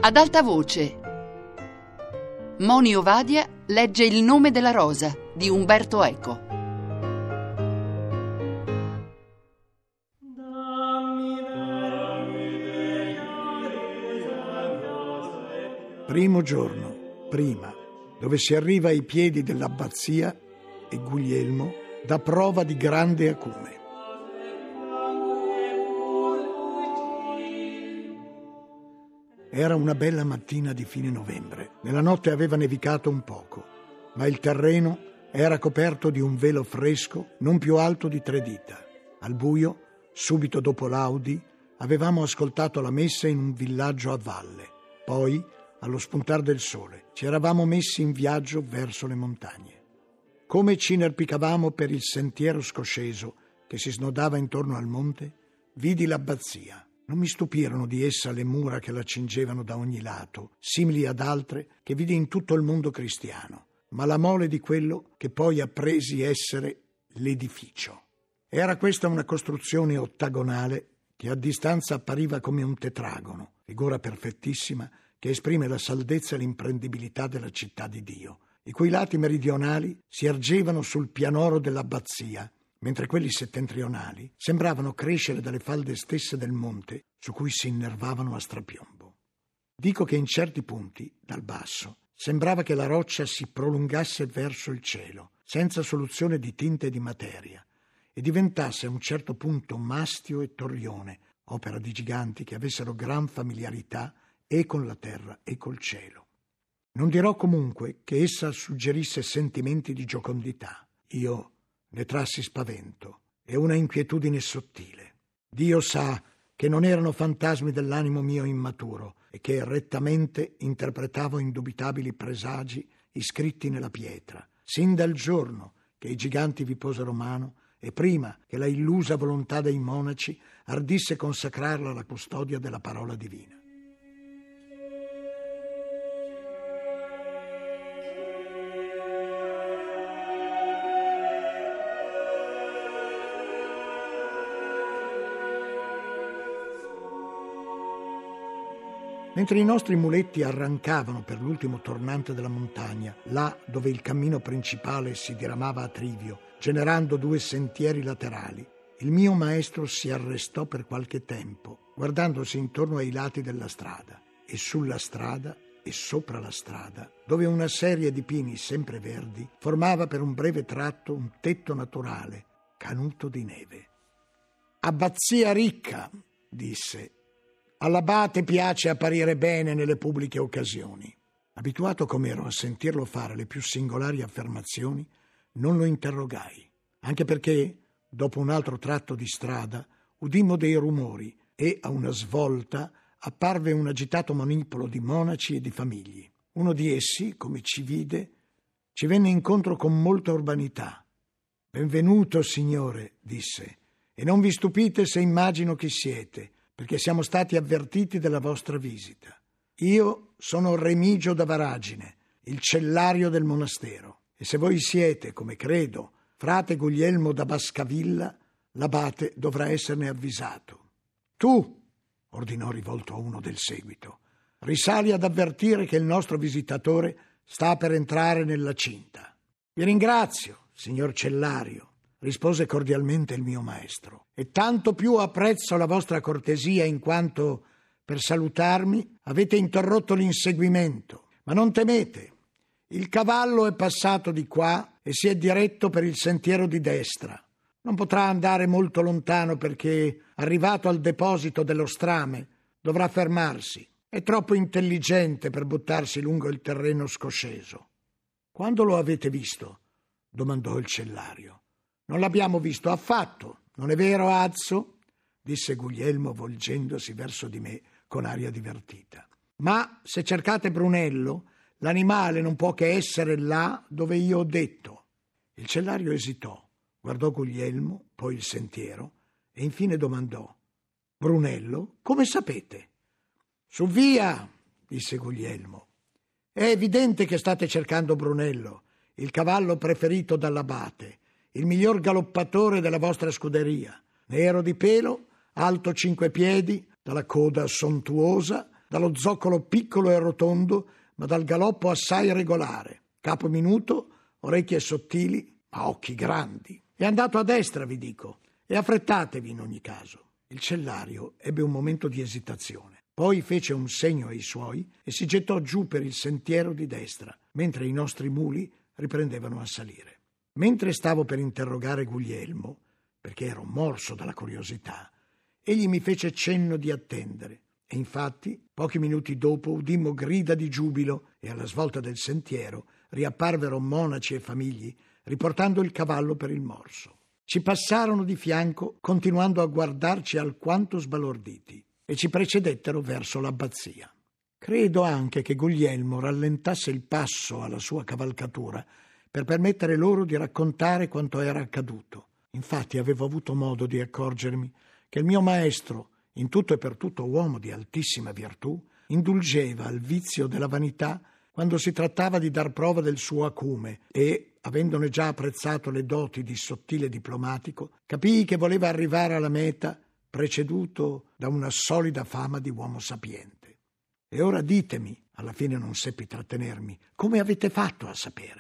Ad alta voce, Moni Ovadia legge Il nome della rosa di Umberto Eco. Primo giorno, prima, dove si arriva ai piedi dell'abbazia e Guglielmo dà prova di grande acume. Era una bella mattina di fine novembre. Nella notte aveva nevicato un poco, ma il terreno era coperto di un velo fresco non più alto di 3 dita. Al buio, subito dopo l'audi, avevamo ascoltato la messa in un villaggio a valle. Poi, allo spuntar del sole, ci eravamo messi in viaggio verso le montagne. Come ci inerpicavamo per il sentiero scosceso che si snodava intorno al monte, vidi l'abbazia. Non mi stupirono di essa le mura che la cingevano da ogni lato, simili ad altre che vidi in tutto il mondo cristiano, ma la mole di quello che poi appresi essere l'edificio. Era questa una costruzione ottagonale che a distanza appariva come un tetragono, figura perfettissima che esprime la saldezza e l'imprendibilità della città di Dio, i cui lati meridionali si ergevano sul pianoro dell'abbazia, mentre quelli settentrionali sembravano crescere dalle falde stesse del monte su cui si innervavano a strapiombo. Dico che in certi punti, dal basso, sembrava che la roccia si prolungasse verso il cielo, senza soluzione di tinta e di materia, e diventasse a un certo punto mastio e torrione, opera di giganti che avessero gran familiarità e con la terra e col cielo. Non dirò comunque che essa suggerisse sentimenti di giocondità. Io ne trassi spavento e una inquietudine sottile. Dio sa che non erano fantasmi dell'animo mio immaturo e che rettamente interpretavo indubitabili presagi iscritti nella pietra, sin dal giorno che i giganti vi posero mano e prima che la illusa volontà dei monaci ardisse consacrarla alla custodia della parola divina. Mentre i nostri muletti arrancavano per l'ultimo tornante della montagna, là dove il cammino principale si diramava a trivio, generando 2 sentieri laterali, il mio maestro si arrestò per qualche tempo, guardandosi intorno ai lati della strada, e sulla strada e sopra la strada, dove una serie di pini sempre verdi formava per un breve tratto un tetto naturale, canuto di neve. «Abbazia ricca», disse. «All'abate piace apparire bene nelle pubbliche occasioni». Abituato com'ero a sentirlo fare le più singolari affermazioni, non lo interrogai, anche perché, dopo un altro tratto di strada, udimmo dei rumori e, a una svolta, apparve un agitato manipolo di monaci e di famigli. Uno di essi, come ci vide, ci venne incontro con molta urbanità. «Benvenuto, signore», disse, «e non vi stupite se immagino chi siete, perché siamo stati avvertiti della vostra visita. Io sono Remigio da Varagine, il cellario del monastero, e se voi siete, come credo, frate Guglielmo da Bascavilla, l'abate dovrà esserne avvisato. Tu», ordinò rivolto a uno del seguito, «risali ad avvertire che il nostro visitatore sta per entrare nella cinta». «Vi ringrazio, signor cellario», rispose cordialmente il mio maestro, «e tanto più apprezzo la vostra cortesia in quanto, per salutarmi, avete interrotto l'inseguimento. Ma non temete, il cavallo è passato di qua e si è diretto per il sentiero di destra. Non potrà andare molto lontano perché, arrivato al deposito dello strame, dovrà fermarsi. È troppo intelligente per buttarsi lungo il terreno scosceso». «Quando lo avete visto?» domandò il cellario. «Non l'abbiamo visto affatto, non è vero, Azzo?» disse Guglielmo volgendosi verso di me con aria divertita. «Ma se cercate Brunello, l'animale non può che essere là dove io ho detto». Il cellario esitò, guardò Guglielmo, poi il sentiero, e infine domandò: «Brunello? Come sapete?» «Su via», disse Guglielmo. «È evidente che state cercando Brunello, il cavallo preferito dall'abate, il miglior galoppatore della vostra scuderia, nero di pelo, alto 5 piedi, dalla coda sontuosa, dallo zoccolo piccolo e rotondo, ma dal galoppo assai regolare. Capo minuto, orecchie sottili, ma occhi grandi. È andato a destra, vi dico, e affrettatevi in ogni caso. Il cellario ebbe un momento di esitazione. Poi fece un segno ai suoi e si gettò giù per il sentiero di destra, mentre i nostri muli riprendevano a salire. Mentre stavo per interrogare Guglielmo, perché ero morso dalla curiosità, egli mi fece cenno di attendere. E infatti, pochi minuti dopo, udimmo grida di giubilo e alla svolta del sentiero riapparvero monaci e famigli, riportando il cavallo per il morso. Ci passarono di fianco, continuando a guardarci alquanto sbalorditi, e ci precedettero verso l'abbazia. Credo anche che Guglielmo rallentasse il passo alla sua cavalcatura per permettere loro di raccontare quanto era accaduto. Infatti avevo avuto modo di accorgermi che il mio maestro, in tutto e per tutto uomo di altissima virtù, indulgeva al vizio della vanità quando si trattava di dar prova del suo acume e, avendone già apprezzato le doti di sottile diplomatico, capii che voleva arrivare alla meta preceduto da una solida fama di uomo sapiente. E ora ditemi, alla fine non seppi trattenermi, come avete fatto a sapere?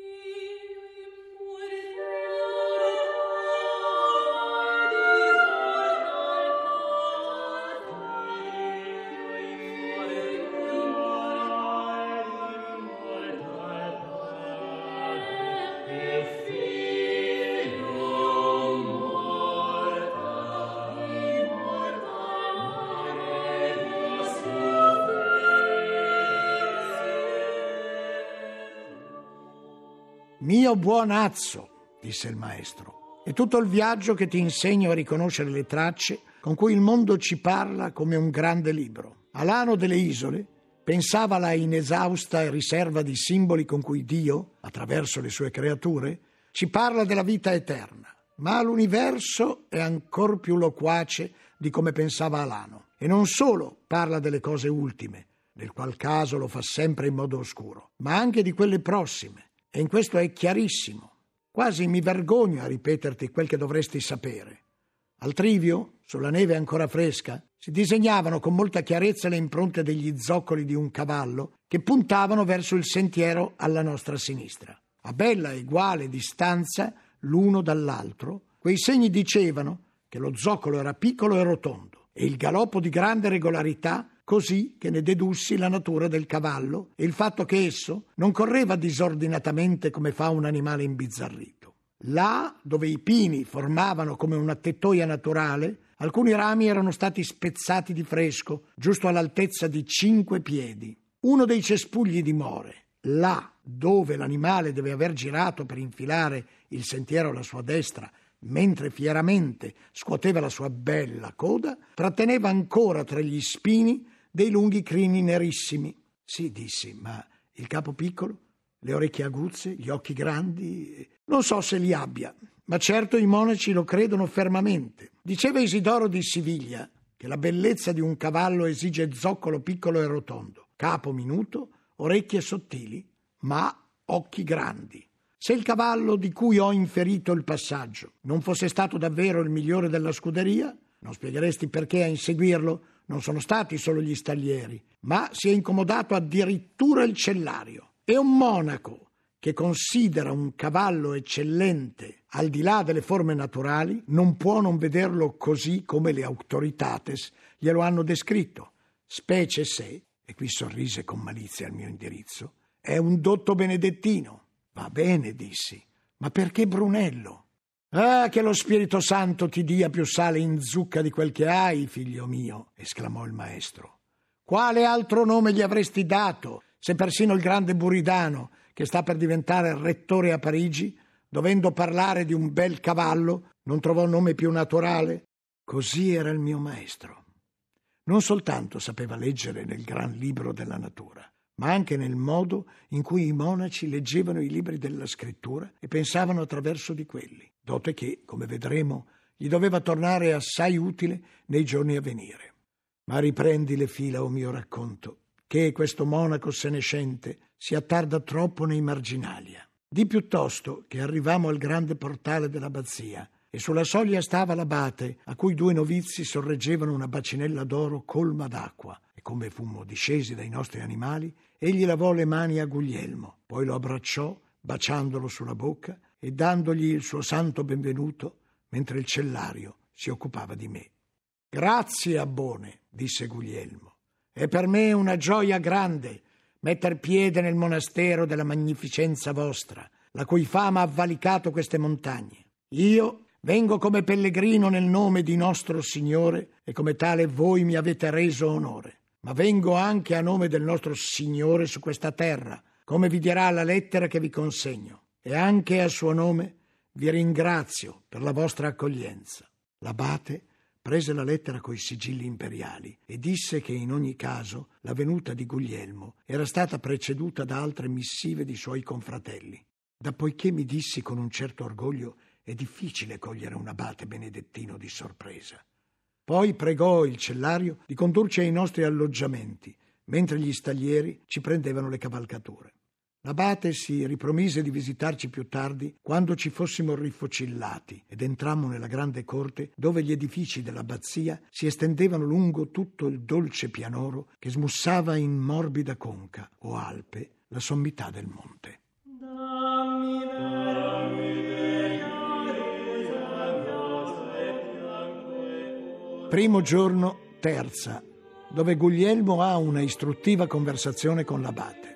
Mio buon Azzo, disse il maestro, è tutto il viaggio che ti insegno a riconoscere le tracce con cui il mondo ci parla come un grande libro. Alano delle Isole pensava alla inesausta riserva di simboli con cui Dio, attraverso le sue creature, ci parla della vita eterna. Ma l'universo è ancor più loquace di come pensava Alano. E non solo parla delle cose ultime, nel qual caso lo fa sempre in modo oscuro, ma anche di quelle prossime. E in questo è chiarissimo. Quasi mi vergogno a ripeterti quel che dovresti sapere. Al Trivio, sulla neve ancora fresca, si disegnavano con molta chiarezza le impronte degli zoccoli di un cavallo che puntavano verso il sentiero alla nostra sinistra. A bella e uguale distanza l'uno dall'altro, quei segni dicevano che lo zoccolo era piccolo e rotondo e il galoppo di grande regolarità, così che ne dedussi la natura del cavallo e il fatto che esso non correva disordinatamente come fa un animale imbizzarrito. Là, dove i pini formavano come una tettoia naturale, alcuni rami erano stati spezzati di fresco, giusto all'altezza di 5 piedi. Uno dei cespugli di more, là dove l'animale deve aver girato per infilare il sentiero alla sua destra, mentre fieramente scuoteva la sua bella coda, tratteneva ancora tra gli spini dei lunghi crini nerissimi. Sì, dissi, ma il capo piccolo, le orecchie aguzze, gli occhi grandi, non so se li abbia, ma certo i monaci lo credono fermamente. Diceva Isidoro di Siviglia che la bellezza di un cavallo esige zoccolo piccolo e rotondo, capo minuto, orecchie sottili, ma occhi grandi. Se il cavallo di cui ho inferito il passaggio non fosse stato davvero il migliore della scuderia, non spiegheresti perché a inseguirlo non sono stati solo gli staglieri, ma si è incomodato addirittura il cellario. E un monaco che considera un cavallo eccellente al di là delle forme naturali non può non vederlo così come le autoritates glielo hanno descritto, specie se, e qui sorrise con malizia al mio indirizzo, è un dotto benedettino. Va bene, dissi, ma perché Brunello? Ah, che lo Spirito Santo ti dia più sale in zucca di quel che hai, figlio mio, esclamò il maestro. Quale altro nome gli avresti dato, se persino il grande Buridano, che sta per diventare rettore a Parigi, dovendo parlare di un bel cavallo, non trovò nome più naturale? Così era il mio maestro. Non soltanto sapeva leggere nel gran libro della natura, ma anche nel modo in cui i monaci leggevano i libri della scrittura e pensavano attraverso di quelli, dote che, come vedremo, gli doveva tornare assai utile nei giorni a venire. Ma riprendi le fila, o mio racconto, che questo monaco senescente si attarda troppo nei marginalia. Di piuttosto che arrivamo al grande portale dell'abbazia e sulla soglia stava l'abate, a cui 2 novizi sorreggevano una bacinella d'oro colma d'acqua, e come fummo discesi dai nostri animali, egli lavò le mani a Guglielmo, poi lo abbracciò, baciandolo sulla bocca e dandogli il suo santo benvenuto, mentre il cellario si occupava di me. «Grazie, abbone», disse Guglielmo. «È per me una gioia grande metter piede nel monastero della magnificenza vostra, la cui fama ha valicato queste montagne. Io vengo come pellegrino nel nome di nostro Signore e come tale voi mi avete reso onore. Ma vengo anche a nome del nostro Signore su questa terra, come vi dirà la lettera che vi consegno. E anche a suo nome vi ringrazio per la vostra accoglienza». L'abate prese la lettera coi sigilli imperiali e disse che in ogni caso la venuta di Guglielmo era stata preceduta da altre missive di suoi confratelli. Dappoiché mi dissi con un certo orgoglio: «È difficile cogliere un abate benedettino di sorpresa». Poi pregò il cellario di condurci ai nostri alloggiamenti, mentre gli staglieri ci prendevano le cavalcature. L'abate si ripromise di visitarci più tardi, quando ci fossimo rifocillati, ed entrammo nella grande corte dove gli edifici dell'abbazia si estendevano lungo tutto il dolce pianoro che smussava in morbida conca o alpe la sommità del monte. Primo giorno, terza, dove Guglielmo ha una istruttiva conversazione con l'abate.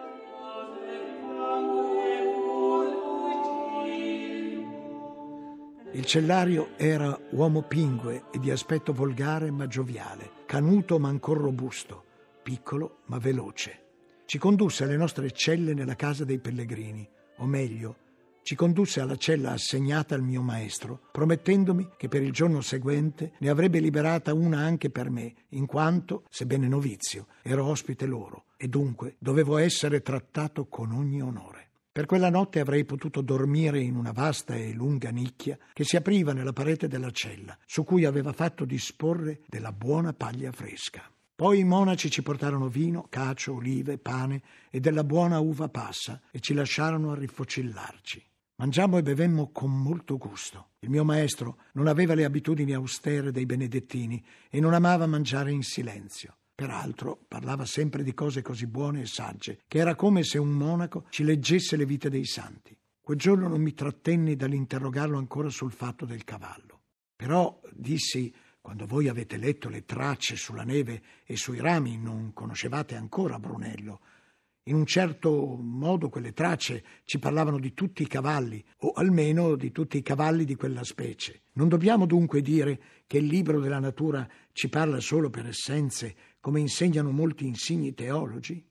Il cellario era uomo pingue e di aspetto volgare ma gioviale, canuto ma ancor robusto, piccolo ma veloce. Ci condusse alle nostre celle nella casa dei pellegrini, o meglio, ci condusse alla cella assegnata al mio maestro, promettendomi che per il giorno seguente ne avrebbe liberata una anche per me, in quanto, sebbene novizio, ero ospite loro e dunque dovevo essere trattato con ogni onore. Per quella notte avrei potuto dormire in una vasta e lunga nicchia che si apriva nella parete della cella, su cui aveva fatto disporre della buona paglia fresca. Poi i monaci ci portarono vino, cacio, olive, pane e della buona uva passa e ci lasciarono a rifocillarci. Mangiammo e bevemmo con molto gusto. Il mio maestro non aveva le abitudini austere dei benedettini e non amava mangiare in silenzio. Peraltro parlava sempre di cose così buone e sagge che era come se un monaco ci leggesse le vite dei santi. Quel giorno non mi trattenni dall'interrogarlo ancora sul fatto del cavallo. Però, dissi, quando voi avete letto le tracce sulla neve e sui rami non conoscevate ancora Brunello. In un certo modo quelle tracce ci parlavano di tutti i cavalli, o almeno di tutti i cavalli di quella specie. Non dobbiamo dunque dire che il libro della natura ci parla solo per essenze, come insegnano molti insigni teologi?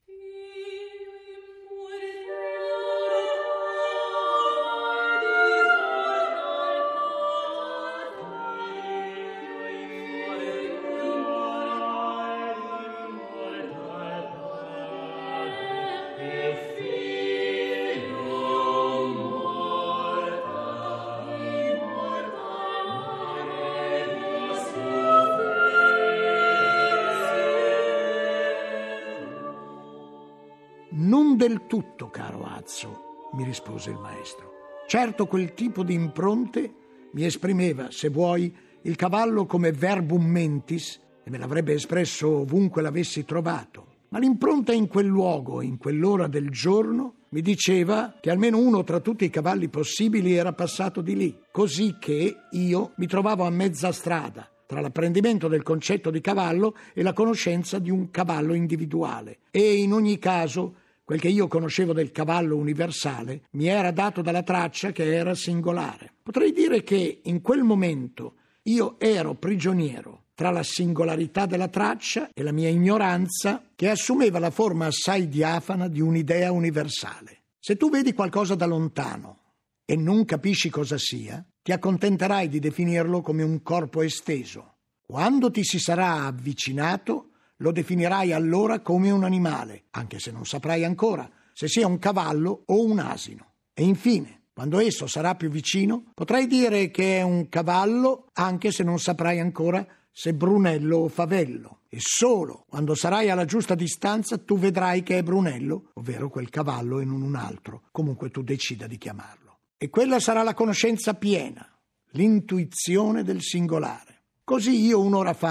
Non del tutto, caro Azzo, mi rispose il maestro. Certo, quel tipo di impronte mi esprimeva, se vuoi, il cavallo come verbum mentis e me l'avrebbe espresso ovunque l'avessi trovato. Ma l'impronta in quel luogo, in quell'ora del giorno, mi diceva che almeno uno tra tutti i cavalli possibili era passato di lì, così che io mi trovavo a mezza strada tra l'apprendimento del concetto di cavallo e la conoscenza di un cavallo individuale. E in ogni caso, quel che io conoscevo del cavallo universale mi era dato dalla traccia che era singolare. Potrei dire che in quel momento io ero prigioniero tra la singolarità della traccia e la mia ignoranza, che assumeva la forma assai diafana di un'idea universale. Se tu vedi qualcosa da lontano e non capisci cosa sia, ti accontenterai di definirlo come un corpo esteso. Quando ti si sarà avvicinato, lo definirai allora come un animale, anche se non saprai ancora se sia un cavallo o un asino. E infine, quando esso sarà più vicino, potrai dire che è un cavallo, anche se non saprai ancora se Brunello o Favello. E solo quando sarai alla giusta distanza tu vedrai che è Brunello, ovvero quel cavallo e non un altro, comunque tu decida di chiamarlo. E quella sarà la conoscenza piena, l'intuizione del singolare. Così io un'ora fa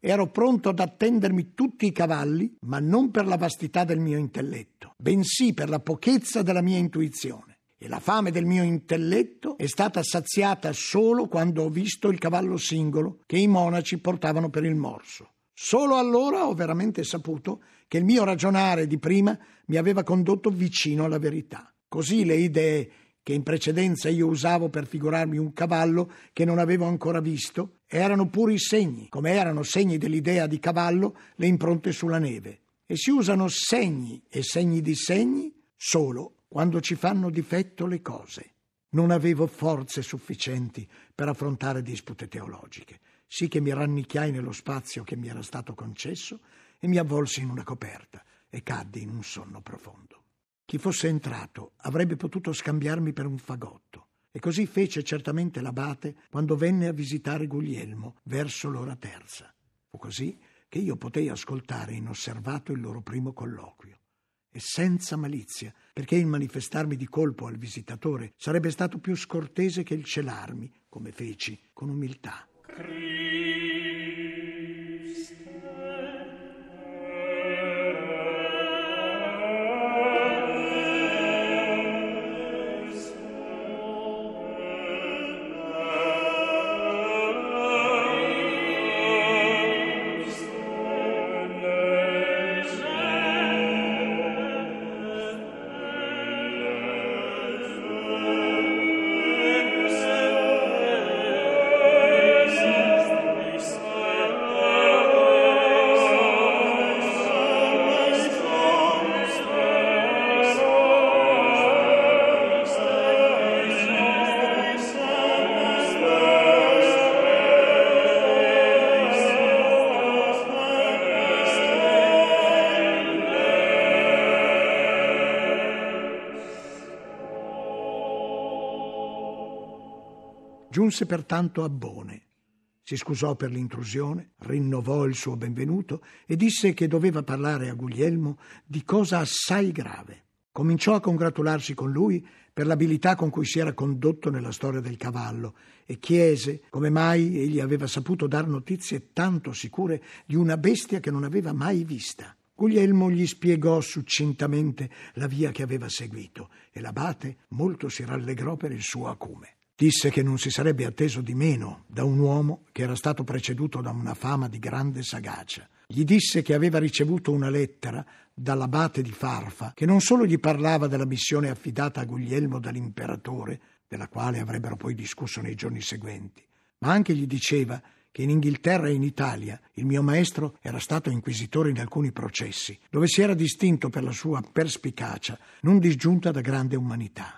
ero pronto ad attendermi tutti i cavalli, ma non per la vastità del mio intelletto, bensì per la pochezza della mia intuizione. E la fame del mio intelletto è stata saziata solo quando ho visto il cavallo singolo che i monaci portavano per il morso. Solo allora ho veramente saputo che il mio ragionare di prima mi aveva condotto vicino alla verità. Così le idee che in precedenza io usavo per figurarmi un cavallo che non avevo ancora visto erano puri segni, come erano segni dell'idea di cavallo le impronte sulla neve. E si usano segni e segni di segni solo quando ci fanno difetto le cose. Non avevo forze sufficienti per affrontare dispute teologiche, sì che mi rannicchiai nello spazio che mi era stato concesso e mi avvolsi in una coperta e caddi in un sonno profondo. Chi fosse entrato avrebbe potuto scambiarmi per un fagotto, e così fece certamente l'abate quando venne a visitare Guglielmo verso l'ora terza. Fu così che io potei ascoltare inosservato il loro primo colloquio, e senza malizia, perché il manifestarmi di colpo al visitatore sarebbe stato più scortese che il celarmi, come feci, con umiltà. Giunse pertanto a Bone, si scusò per l'intrusione, rinnovò il suo benvenuto e disse che doveva parlare a Guglielmo di cosa assai grave. Cominciò a congratularsi con lui per l'abilità con cui si era condotto nella storia del cavallo e chiese come mai egli aveva saputo dar notizie tanto sicure di una bestia che non aveva mai vista. Guglielmo gli spiegò succintamente la via che aveva seguito e l'abate molto si rallegrò per il suo acume. Disse che non si sarebbe atteso di meno da un uomo che era stato preceduto da una fama di grande sagacia. Gli disse che aveva ricevuto una lettera dall'abate di Farfa, che non solo gli parlava della missione affidata a Guglielmo dall'imperatore, della quale avrebbero poi discusso nei giorni seguenti, ma anche gli diceva che in Inghilterra e in Italia il mio maestro era stato inquisitore in alcuni processi, dove si era distinto per la sua perspicacia, non disgiunta da grande umanità.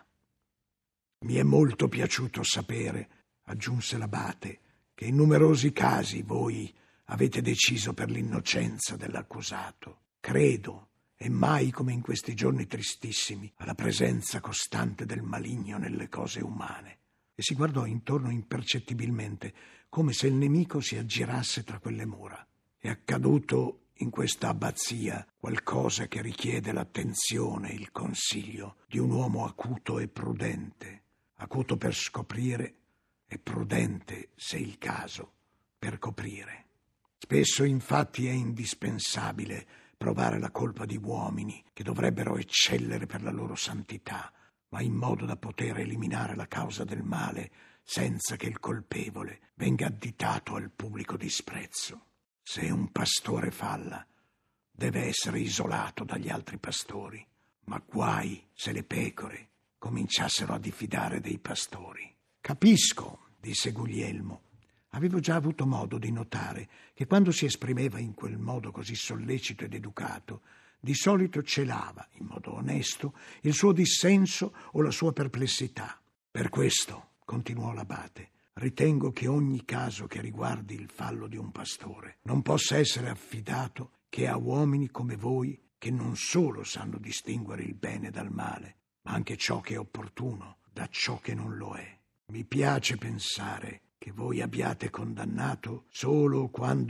Mi è molto piaciuto sapere, aggiunse l'abate, che in numerosi casi voi avete deciso per l'innocenza dell'accusato. Credo, e mai come in questi giorni tristissimi, alla presenza costante del maligno nelle cose umane. E si guardò intorno impercettibilmente, come se il nemico si aggirasse tra quelle mura. È accaduto in questa abbazia qualcosa che richiede l'attenzione e il consiglio di un uomo acuto e prudente. Acuto per scoprire e prudente, se il caso, per coprire. Spesso infatti è indispensabile provare la colpa di uomini che dovrebbero eccellere per la loro santità, ma in modo da poter eliminare la causa del male senza che il colpevole venga additato al pubblico disprezzo. Se un pastore falla, deve essere isolato dagli altri pastori, ma guai se le pecore cominciassero a diffidare dei pastori. Capisco, disse Guglielmo. Avevo già avuto modo di notare che quando si esprimeva in quel modo così sollecito ed educato, di solito celava, in modo onesto, il suo dissenso o la sua perplessità. Per questo, continuò l'abate, ritengo che ogni caso che riguardi il fallo di un pastore non possa essere affidato che a uomini come voi che non solo sanno distinguere il bene dal male, ma anche ciò che è opportuno da ciò che non lo è. Mi piace pensare che voi abbiate condannato solo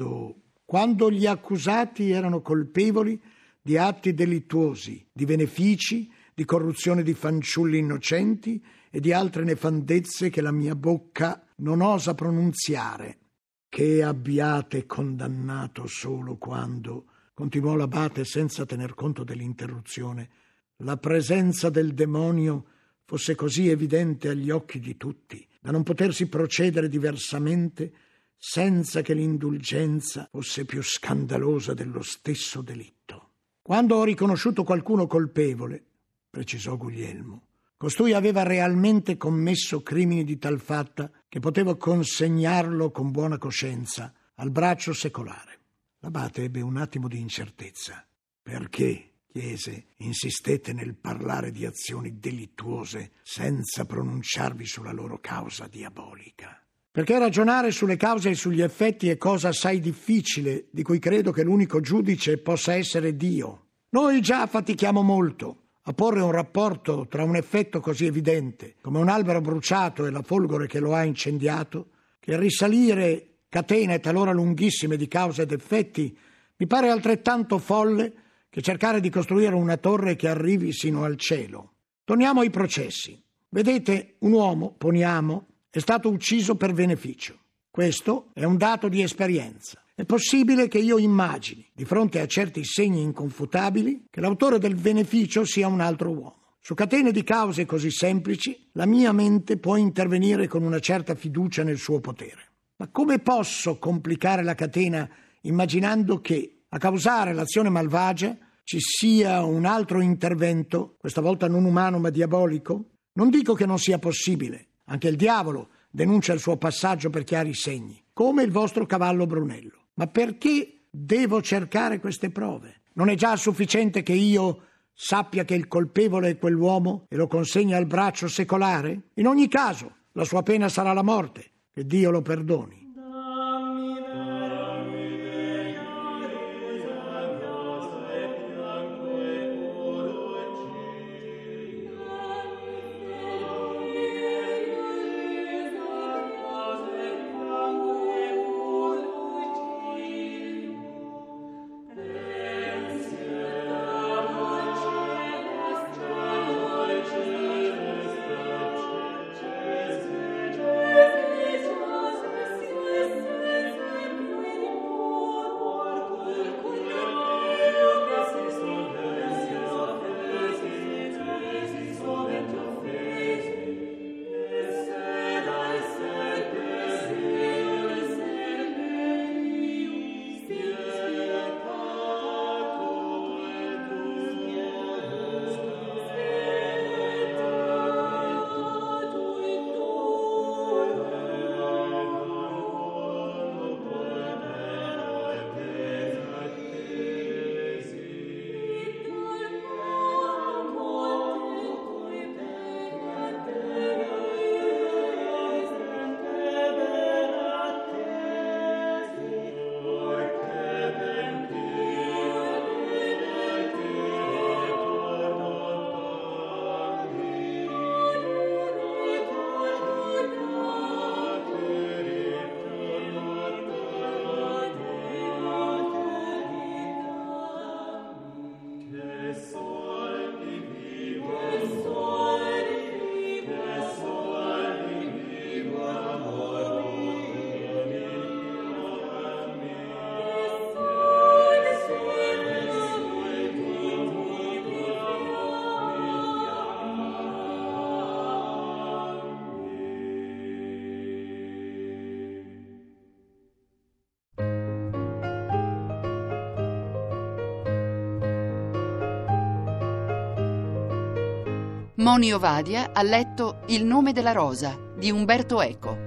quando gli accusati erano colpevoli di atti delittuosi, di benefici, di corruzione di fanciulli innocenti e di altre nefandezze che la mia bocca non osa pronunziare. perché abbiate condannato solo quando, continuò l'abate senza tener conto dell'interruzione, la presenza del demonio fosse così evidente agli occhi di tutti da non potersi procedere diversamente senza che l'indulgenza fosse più scandalosa dello stesso delitto. Quando ho riconosciuto qualcuno colpevole, precisò Guglielmo, costui aveva realmente commesso crimini di tal fatta che potevo consegnarlo con buona coscienza al braccio secolare. L'abate ebbe un attimo di incertezza. Perché, chiese, insistete nel parlare di azioni delittuose senza pronunciarvi sulla loro causa diabolica? Perché ragionare sulle cause e sugli effetti è cosa assai difficile, di cui credo che l'unico giudice possa essere Dio. Noi già fatichiamo molto a porre un rapporto tra un effetto così evidente come un albero bruciato e la folgore che lo ha incendiato, che risalire catene talora lunghissime di cause ed effetti mi pare altrettanto folle che cercare di costruire una torre che arrivi sino al cielo. Torniamo ai processi. Vedete, un uomo, poniamo, è stato ucciso per beneficio. Questo è un dato di esperienza. È possibile che io immagini, di fronte a certi segni inconfutabili, che l'autore del beneficio sia un altro uomo. Su catene di cause così semplici, la mia mente può intervenire con una certa fiducia nel suo potere. Ma come posso complicare la catena immaginando che, a causare l'azione malvagia, ci sia un altro intervento, questa volta non umano ma diabolico? Non dico che non sia possibile. Anche il diavolo denuncia il suo passaggio per chiari segni, come il vostro cavallo Brunello. Ma perché devo cercare queste prove? Non è già sufficiente che io sappia che il colpevole è quell'uomo e lo consegna al braccio secolare? In ogni caso, la sua pena sarà la morte. Che Dio lo perdoni. Moni Ovadia ha letto Il nome della rosa di Umberto Eco,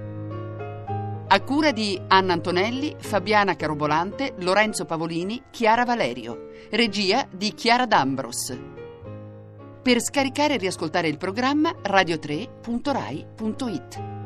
a cura di Anna Antonelli, Fabiana Carobolante, Lorenzo Pavolini, Chiara Valerio, regia di Chiara D'Ambros. Per scaricare e riascoltare il programma radio3.rai.it.